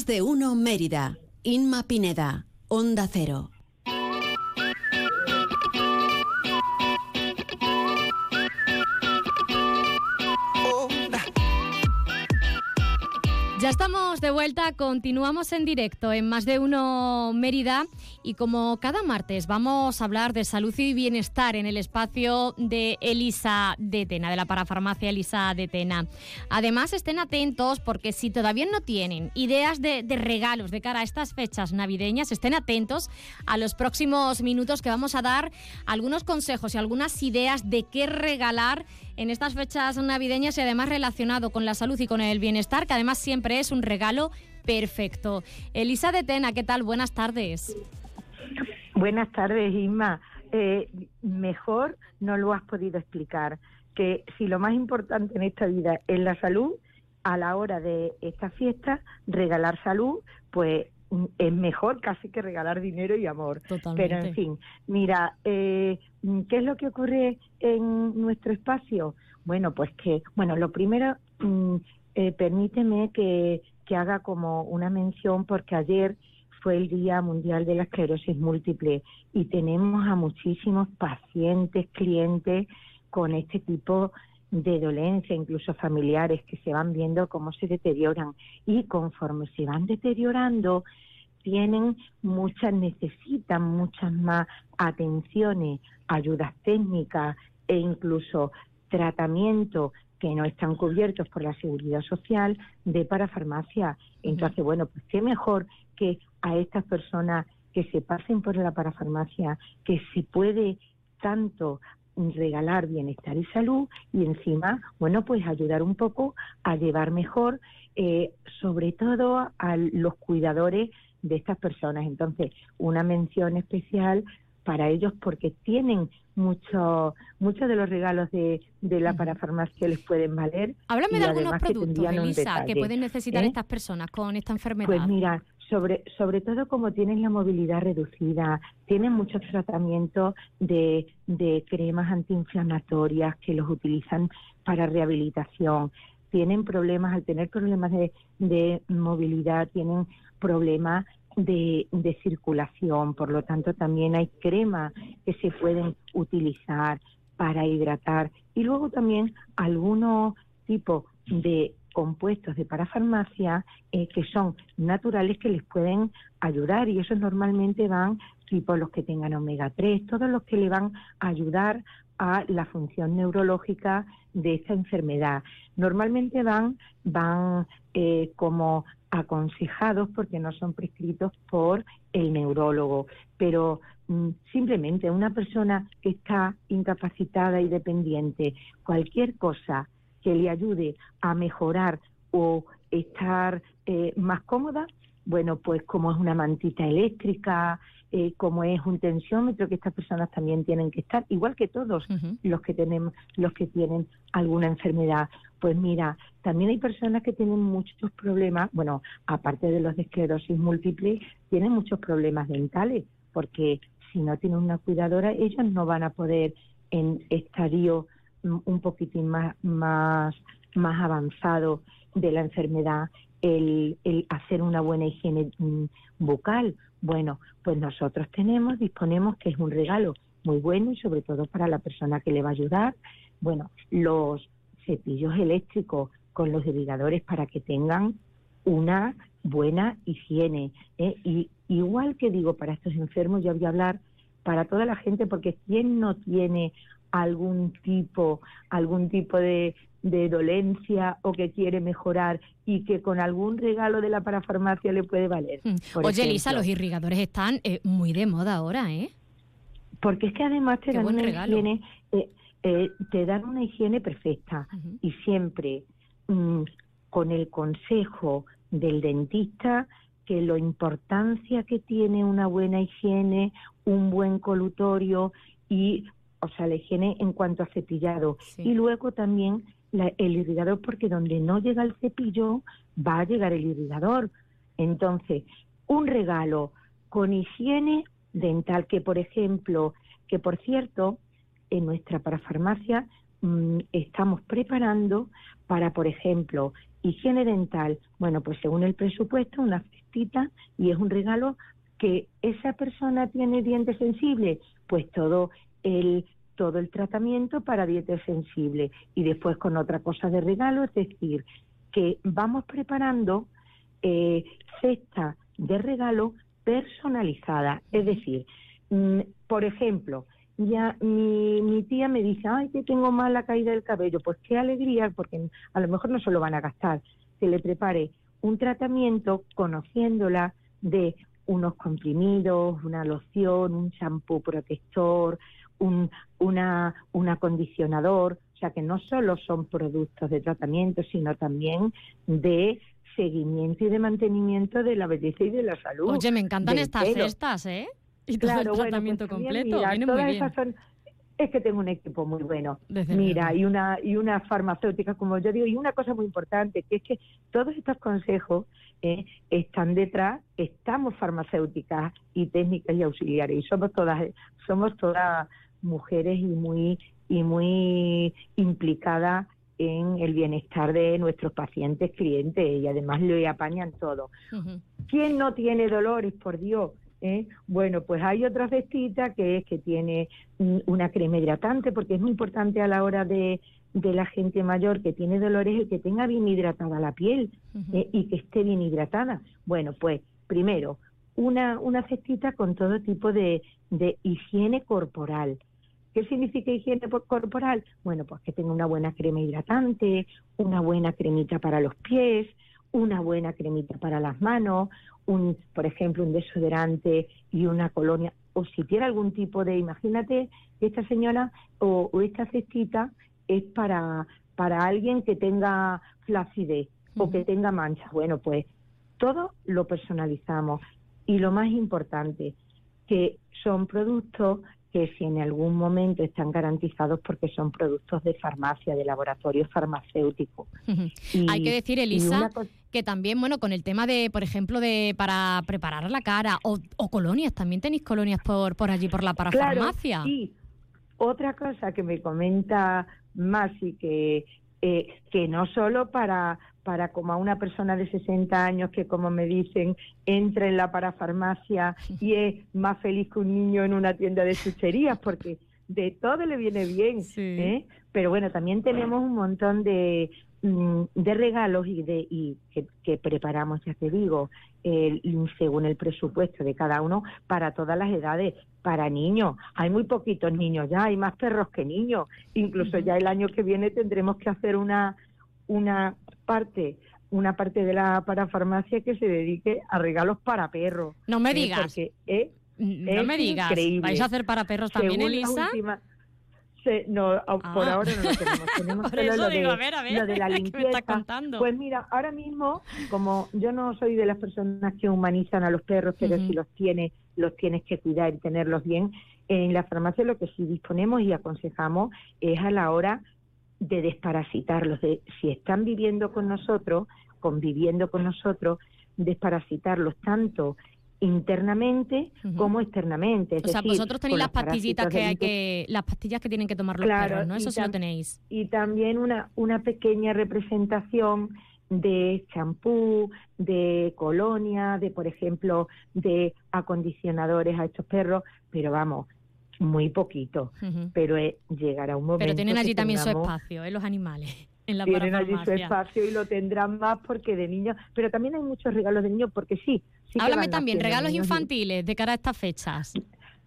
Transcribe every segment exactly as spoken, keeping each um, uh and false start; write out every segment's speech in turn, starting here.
Más de uno Mérida. Inma Pineda, Onda Cero. Ya estamos de vuelta, continuamos en directo en Más de uno Mérida y como cada martes vamos a hablar de salud y bienestar en el espacio de Elisa de Tena, de la parafarmacia Elisa de Tena. Además, estén atentos porque si todavía no tienen ideas de, de regalos de cara a estas fechas navideñas, estén atentos a los próximos minutos que vamos a dar algunos consejos y algunas ideas de qué regalar en estas fechas navideñas y además relacionado con la salud y con el bienestar, que además siempre es un regalo perfecto. Elisa de Tena, ¿qué tal? Buenas tardes. Buenas tardes, Isma. Eh, mejor no lo has podido explicar, que si lo más importante en esta vida es la salud, a la hora de esta fiesta, regalar salud, pues es mejor casi que regalar dinero y amor. Totalmente. Pero en fin, mira, eh, ¿qué es lo que ocurre en nuestro espacio? Bueno, pues que, bueno, lo primero, mm, eh, permíteme que, que haga como una mención, porque ayer fue el Día Mundial de la Esclerosis Múltiple y tenemos a muchísimos pacientes, clientes con este tipo de dolencia, incluso familiares, que se van viendo cómo se deterioran, y conforme se van deteriorando tienen muchas, necesitan muchas más atenciones, ayudas técnicas e incluso tratamientos que no están cubiertos por la Seguridad Social de parafarmacia. Entonces, uh-huh. bueno, pues qué mejor que a estas personas que se pasen por la parafarmacia, que se puede tanto regalar bienestar y salud y encima, bueno, pues ayudar un poco a llevar mejor, eh, sobre todo a los cuidadores de estas personas. Entonces, una mención especial para ellos porque tienen mucho, muchos de los regalos de, de la uh-huh. parafarmacia les pueden valer. Háblame de algunos productos, Elisa, que pueden necesitar ¿Eh? estas personas con esta enfermedad. Pues mira, sobre, sobre todo como tienen la movilidad reducida, tienen muchos tratamientos de, de cremas antiinflamatorias que los utilizan para rehabilitación, tienen problemas, al tener problemas de, de movilidad, tienen problemas de, de circulación, por lo tanto también hay cremas que se pueden utilizar para hidratar, y luego también algunos tipos de compuestos de parafarmacia eh, que son naturales, que les pueden ayudar, y esos normalmente van tipo los que tengan omega tres, todos los que le van a ayudar a la función neurológica de esta enfermedad. Normalmente van, van eh, como aconsejados porque no son prescritos por el neurólogo, pero mm, simplemente una persona que está incapacitada y dependiente, cualquier cosa que le ayude a mejorar o estar eh, más cómoda, bueno, pues como es una mantita eléctrica, eh, como es un tensiómetro, que estas personas también tienen que estar, igual que todos uh-huh. los que tenemos, los que tienen alguna enfermedad. Pues mira, también hay personas que tienen muchos problemas, bueno, aparte de los de esclerosis múltiple, tienen muchos problemas dentales, porque si no tienen una cuidadora, ellos no van a poder en estadio un poquitín más, más, más avanzado de la enfermedad, el, el hacer una buena higiene bucal. Bueno, pues nosotros tenemos, disponemos, que es un regalo muy bueno y sobre todo para la persona que le va a ayudar, bueno, los cepillos eléctricos con los irrigadores para que tengan una buena higiene, ¿eh? Y igual que digo para estos enfermos, yo voy a hablar para toda la gente, porque ¿quién no tiene algún tipo, algún tipo de, de dolencia o que quiere mejorar y que con algún regalo de la parafarmacia le puede valer? Mm. Oye, Elisa, los irrigadores están eh, muy de moda ahora, ¿eh? Porque es que además te Qué dan buen una regalo. higiene, eh, eh, te dan una higiene perfecta, uh-huh. y siempre mm, con el consejo del dentista, que la importancia que tiene una buena higiene, un buen colutorio y, o sea, la higiene en cuanto a cepillado. Sí. Y luego también la, el irrigador, porque donde no llega el cepillo va a llegar el irrigador. Entonces, un regalo con higiene dental, que por ejemplo, que por cierto, en nuestra parafarmacia mmm, estamos preparando para, por ejemplo, higiene dental. Bueno, pues según el presupuesto, una cestita, y es un regalo que esa persona tiene dientes sensibles, pues todo el todo el tratamiento para dientes sensibles, y después con otra cosa de regalo, es decir, que vamos preparando eh, cesta de regalo personalizada. Es decir, mmm, por ejemplo, ya mi, mi tía me dice, ay, que tengo mala caída del cabello. Pues qué alegría, porque a lo mejor no se lo van a gastar, que le prepare un tratamiento conociéndola de unos comprimidos, una loción, un champú protector, un, una, un acondicionador. O sea, que no solo son productos de tratamiento, sino también de seguimiento y de mantenimiento de la belleza y de la salud. Oye, me encantan del estas pelo. cestas, ¿eh? Y Claro, todo el tratamiento bueno, pues completo, mira, viene todas muy bien. esas son, es que tengo un equipo muy bueno. Desde Mira, luego. y una y una farmacéutica, como yo digo, y una cosa muy importante, que es que todos estos consejos eh, están detrás, estamos farmacéuticas y técnicas y auxiliares, y somos todas somos todas mujeres y muy y muy implicadas en el bienestar de nuestros pacientes, clientes, y además lo apañan todo. Uh-huh. ¿Quién no tiene dolores, por Dios? ¿Eh? Bueno, pues hay otra cestita que es que tiene una crema hidratante, porque es muy importante a la hora de, de la gente mayor que tiene dolores el que tenga bien hidratada la piel, uh-huh. eh, y que esté bien hidratada. Bueno, pues primero, una, una cestita con todo tipo de, de higiene corporal. ¿Qué significa higiene corporal? Bueno, pues que tenga una buena crema hidratante, una buena cremita para los pies, una buena cremita para las manos, un, por ejemplo, un desodorante y una colonia, o si tiene algún tipo de, imagínate, esta señora o, o esta cestita es para, para alguien que tenga flacidez, uh-huh. o que tenga manchas. Bueno, pues todo lo personalizamos, y lo más importante, que son productos que si en algún momento están garantizados porque son productos de farmacia, de laboratorios farmacéuticos. Uh-huh. Y, hay que decir, Elisa, cosa... que también, bueno, con el tema de, por ejemplo, de para preparar la cara o, o colonias, también tenéis colonias por por allí, por la parafarmacia. Claro, sí. Otra cosa que me comenta Masi, que eh, que no solo para para como a una persona de sesenta años que, como me dicen, entra en la parafarmacia y es más feliz que un niño en una tienda de chucherías, porque de todo le viene bien, sí. ¿eh? Pero bueno, también tenemos un montón de de regalos y de y que, que preparamos, ya te digo, el, según el presupuesto de cada uno, para todas las edades. Para niños, hay muy poquitos niños ya, hay más perros que niños. Incluso uh-huh. ya el año que viene tendremos que hacer una una parte una parte de la parafarmacia que se dedique a regalos para perros. No me ¿eh? digas. Porque es, no es me digas. Increíble. ¿Vais a hacer para perros también, Según Elisa? Última, se, no, ah. por ahora no lo tenemos. Tenemos por solo eso lo, digo, de, a ver, a ver, lo de la limpieza. ¿qué me estás contando? Pues mira, ahora mismo, como yo no soy de las personas que humanizan a los perros, pero uh-huh. si los tienes, los tienes que cuidar y tenerlos bien, en la farmacia lo que sí disponemos y aconsejamos es a la hora de desparasitarlos, de si están viviendo con nosotros, conviviendo con nosotros, desparasitarlos tanto internamente uh-huh. como externamente. Es o sea, decir, vosotros tenéis las pastillitas que hay que, las pastillas que tienen que tomar los claro, perros, ¿no? Eso sí tam- lo tenéis. Y también una, una pequeña representación de champú, de colonia, de, por ejemplo, de acondicionadores a estos perros, pero vamos, muy poquito. Uh-huh. Pero eh, llegará un momento. Pero tienen allí también tengamos, su espacio, ¿eh? Los animales. En la tienen allí su espacio y lo tendrán más porque de niños, pero también hay muchos regalos de niños porque sí. sí Háblame también, regalos niños infantiles de cara a estas fechas.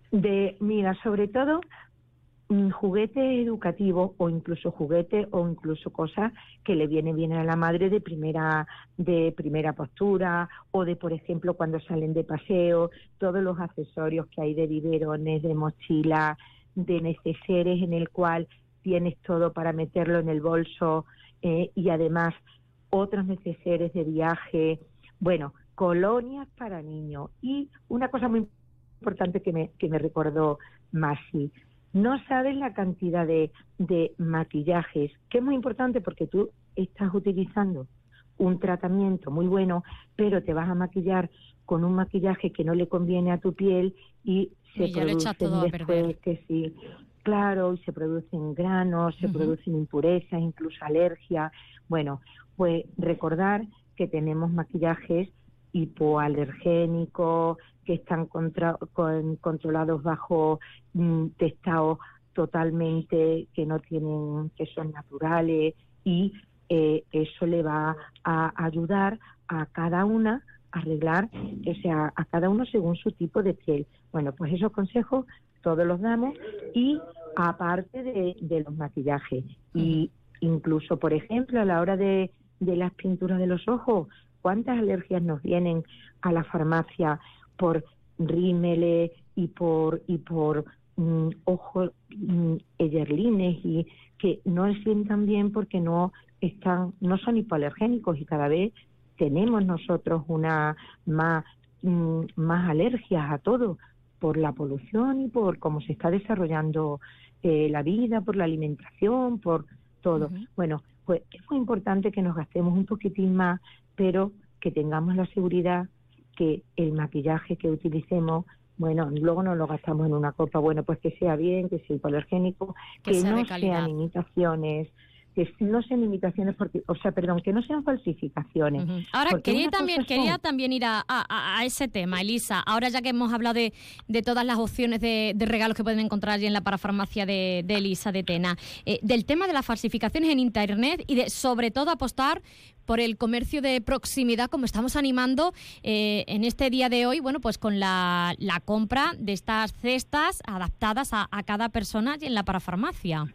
De, mira, sobre todo mmm, juguetes educativos o incluso juguetes o incluso cosas que le vienen bien a la madre de primera de primera postura, o de, por ejemplo, cuando salen de paseo, todos los accesorios que hay de biberones, de mochila, de neceseres en el cual tienes todo para meterlo en el bolso, eh, y además otros neceseres de viaje, bueno, colonias para niños. Y una cosa muy importante que me, que me recordó Masi, no sabes la cantidad de, de maquillajes, que es muy importante porque tú estás utilizando un tratamiento muy bueno, pero te vas a maquillar con un maquillaje que no le conviene a tu piel y se y ya lo echas todo a después perder. Que sí. claro y se producen granos, se Uh-huh. producen impurezas, incluso alergia. Bueno, pues recordar que tenemos maquillajes hipoalergénicos, que están contra, con, controlados bajo mm, testados totalmente que no tienen, que son naturales, y eh, eso le va a ayudar a cada una a arreglar, o sea, a cada uno según su tipo de piel. Bueno, pues esos consejos todos los damos, y aparte de, de los maquillajes, y incluso, por ejemplo, a la hora de, de las pinturas de los ojos, ¿cuántas alergias nos vienen a la farmacia por rímeles y por y por mm, ojos mm, eyerlines, y que no se sientan bien porque no están, no son hipoalergénicos, y cada vez tenemos nosotros una más mm, más alergias a todo, por la polución y por cómo se está desarrollando eh, la vida, por la alimentación, por todo. Uh-huh. Bueno, pues es muy importante que nos gastemos un poquitín más, pero que tengamos la seguridad que el maquillaje que utilicemos, bueno, luego no lo gastamos en una copa, bueno, pues que sea bien, que sea hipoalergénico, que, que sea no sean imitaciones, que no sean imitaciones, porque, o sea, perdón, que no sean falsificaciones. Uh-huh. Ahora, quería también, quería también ir a, a, a ese tema, Elisa. Ahora, ya que hemos hablado de, de todas las opciones de, de regalos que pueden encontrar allí en la parafarmacia de, de Elisa de Tena, eh, del tema de las falsificaciones en Internet y de, sobre todo, apostar por el comercio de proximidad, como estamos animando eh, en este día de hoy, bueno, pues con la, la compra de estas cestas adaptadas a, a cada persona allí en la parafarmacia.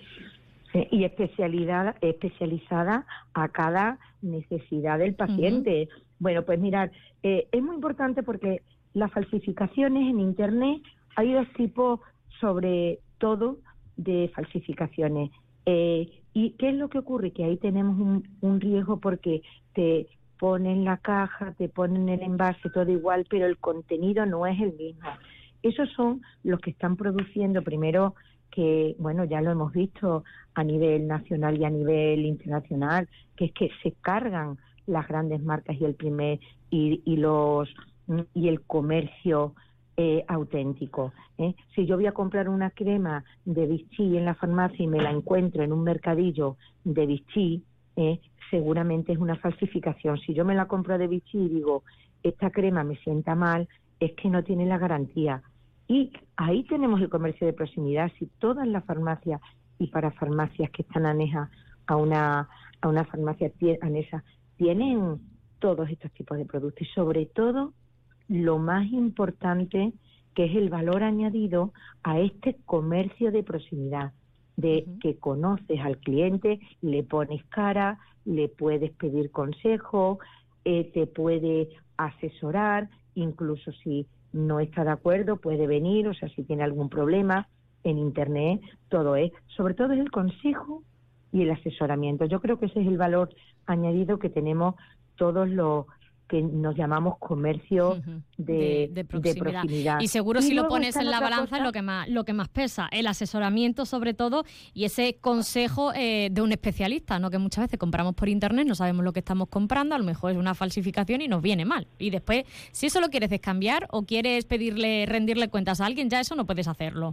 Y especialidad, especializada a cada necesidad del paciente. Uh-huh. Bueno, pues mirad, eh, es muy importante porque las falsificaciones en Internet, hay dos tipos sobre todo de falsificaciones. Eh, ¿Y qué es lo que ocurre? Que ahí tenemos un, un riesgo porque te ponen la caja, te ponen el envase, todo igual, pero el contenido no es el mismo. Esos son los que están produciendo primero, que, bueno, ya lo hemos visto a nivel nacional y a nivel internacional, que es que se cargan las grandes marcas y el primer y, y los y el comercio eh, auténtico. ¿eh? Si yo voy a comprar una crema de Vichy en la farmacia y me la encuentro en un mercadillo de Vichy, eh, seguramente es una falsificación. Si yo me la compro de Vichy y digo, esta crema me sienta mal, es que no tiene la garantía. Y ahí tenemos el comercio de proximidad. Si todas las farmacias y parafarmacias que están anejas a una a una farmacia anesa tienen todos estos tipos de productos, y sobre todo lo más importante, que es el valor añadido a este comercio de proximidad, de uh-huh. que conoces al cliente, le pones cara, le puedes pedir consejo, eh, te puede asesorar, incluso si no está de acuerdo, puede venir, o sea, si tiene algún problema en Internet, todo es, sobre todo es el consejo y el asesoramiento. Yo creo que ese es el valor añadido que tenemos todos los que nos llamamos comercio uh-huh. de, de, de, proximidad. de proximidad. Y seguro y si lo pones en la balanza cosa... es lo que más lo que más pesa, el asesoramiento sobre todo, y ese consejo eh, de un especialista, ¿no? Que muchas veces compramos por Internet, no sabemos lo que estamos comprando, a lo mejor es una falsificación y nos viene mal. Y después, si eso lo quieres descambiar o quieres pedirle, rendirle cuentas a alguien, ya eso no puedes hacerlo.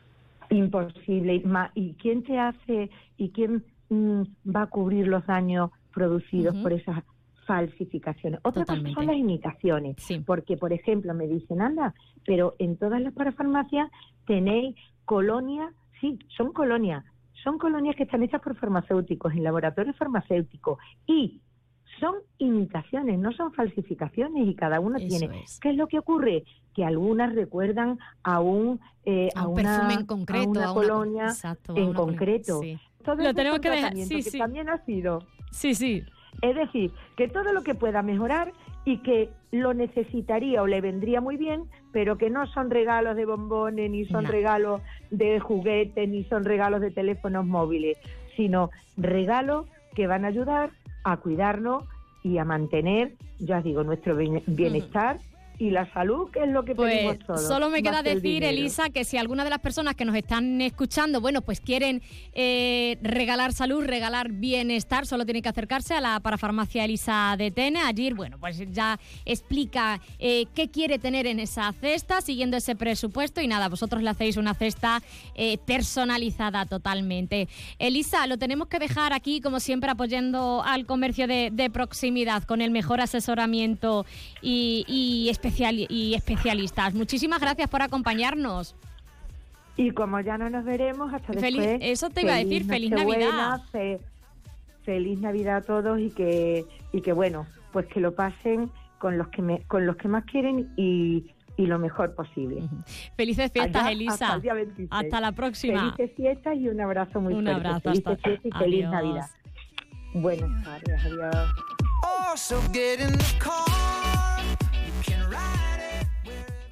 Imposible. ¿Y quién te hace y quién mmm, va a cubrir los daños producidos uh-huh. por esas falsificaciones? Otra Totalmente. cosa son las imitaciones, sí. porque, por ejemplo, me dicen, anda, pero en todas las parafarmacias tenéis colonias, sí, son colonias, son colonias que están hechas por farmacéuticos, en laboratorios farmacéuticos, y son imitaciones, no son falsificaciones, y cada uno Eso tiene. Es. ¿Qué es lo que ocurre? Que algunas recuerdan a un, eh, a, a un una, perfume en concreto, a una a una, colonia exacto, en una concreto. Sí. Todo lo tenemos que dejar, sí, que sí. también ha sido. Sí, sí. Es decir, que todo lo que pueda mejorar y que lo necesitaría o le vendría muy bien, pero que no son regalos de bombones, ni son no. regalos de juguetes, ni son regalos de teléfonos móviles, sino regalos que van a ayudar a cuidarnos y a mantener, ya os digo, nuestro bienestar y la salud, que es lo que pues pedimos todos. Solo me queda más que el decir, dinero. Elisa, que si alguna de las personas que nos están escuchando, bueno, pues quieren eh, regalar salud, regalar bienestar, solo tienen que acercarse a la parafarmacia Elisa de Tena. Allí, bueno, pues ya explica eh, qué quiere tener en esa cesta, siguiendo ese presupuesto, y nada, vosotros le hacéis una cesta eh, personalizada totalmente. Elisa, lo tenemos que dejar aquí, como siempre, apoyando al comercio de, de proximidad con el mejor asesoramiento y, y, especial, y especialistas. Muchísimas gracias por acompañarnos. Y como ya no nos veremos hasta Feliz, después... eso te iba a decir, feliz Navidad. Fe, feliz Navidad a todos y que, y que bueno, pues que lo pasen con los que, me, con los que más quieren y... y lo mejor posible. Felices fiestas, Allá, Elisa. Hasta el día veintiséis. Hasta la próxima. Felices fiestas y un abrazo muy un fuerte. Abrazo, Felices hasta... fiestas y feliz Adiós. Navidad. Buenas tardes, adiós. Oh, so get in the car.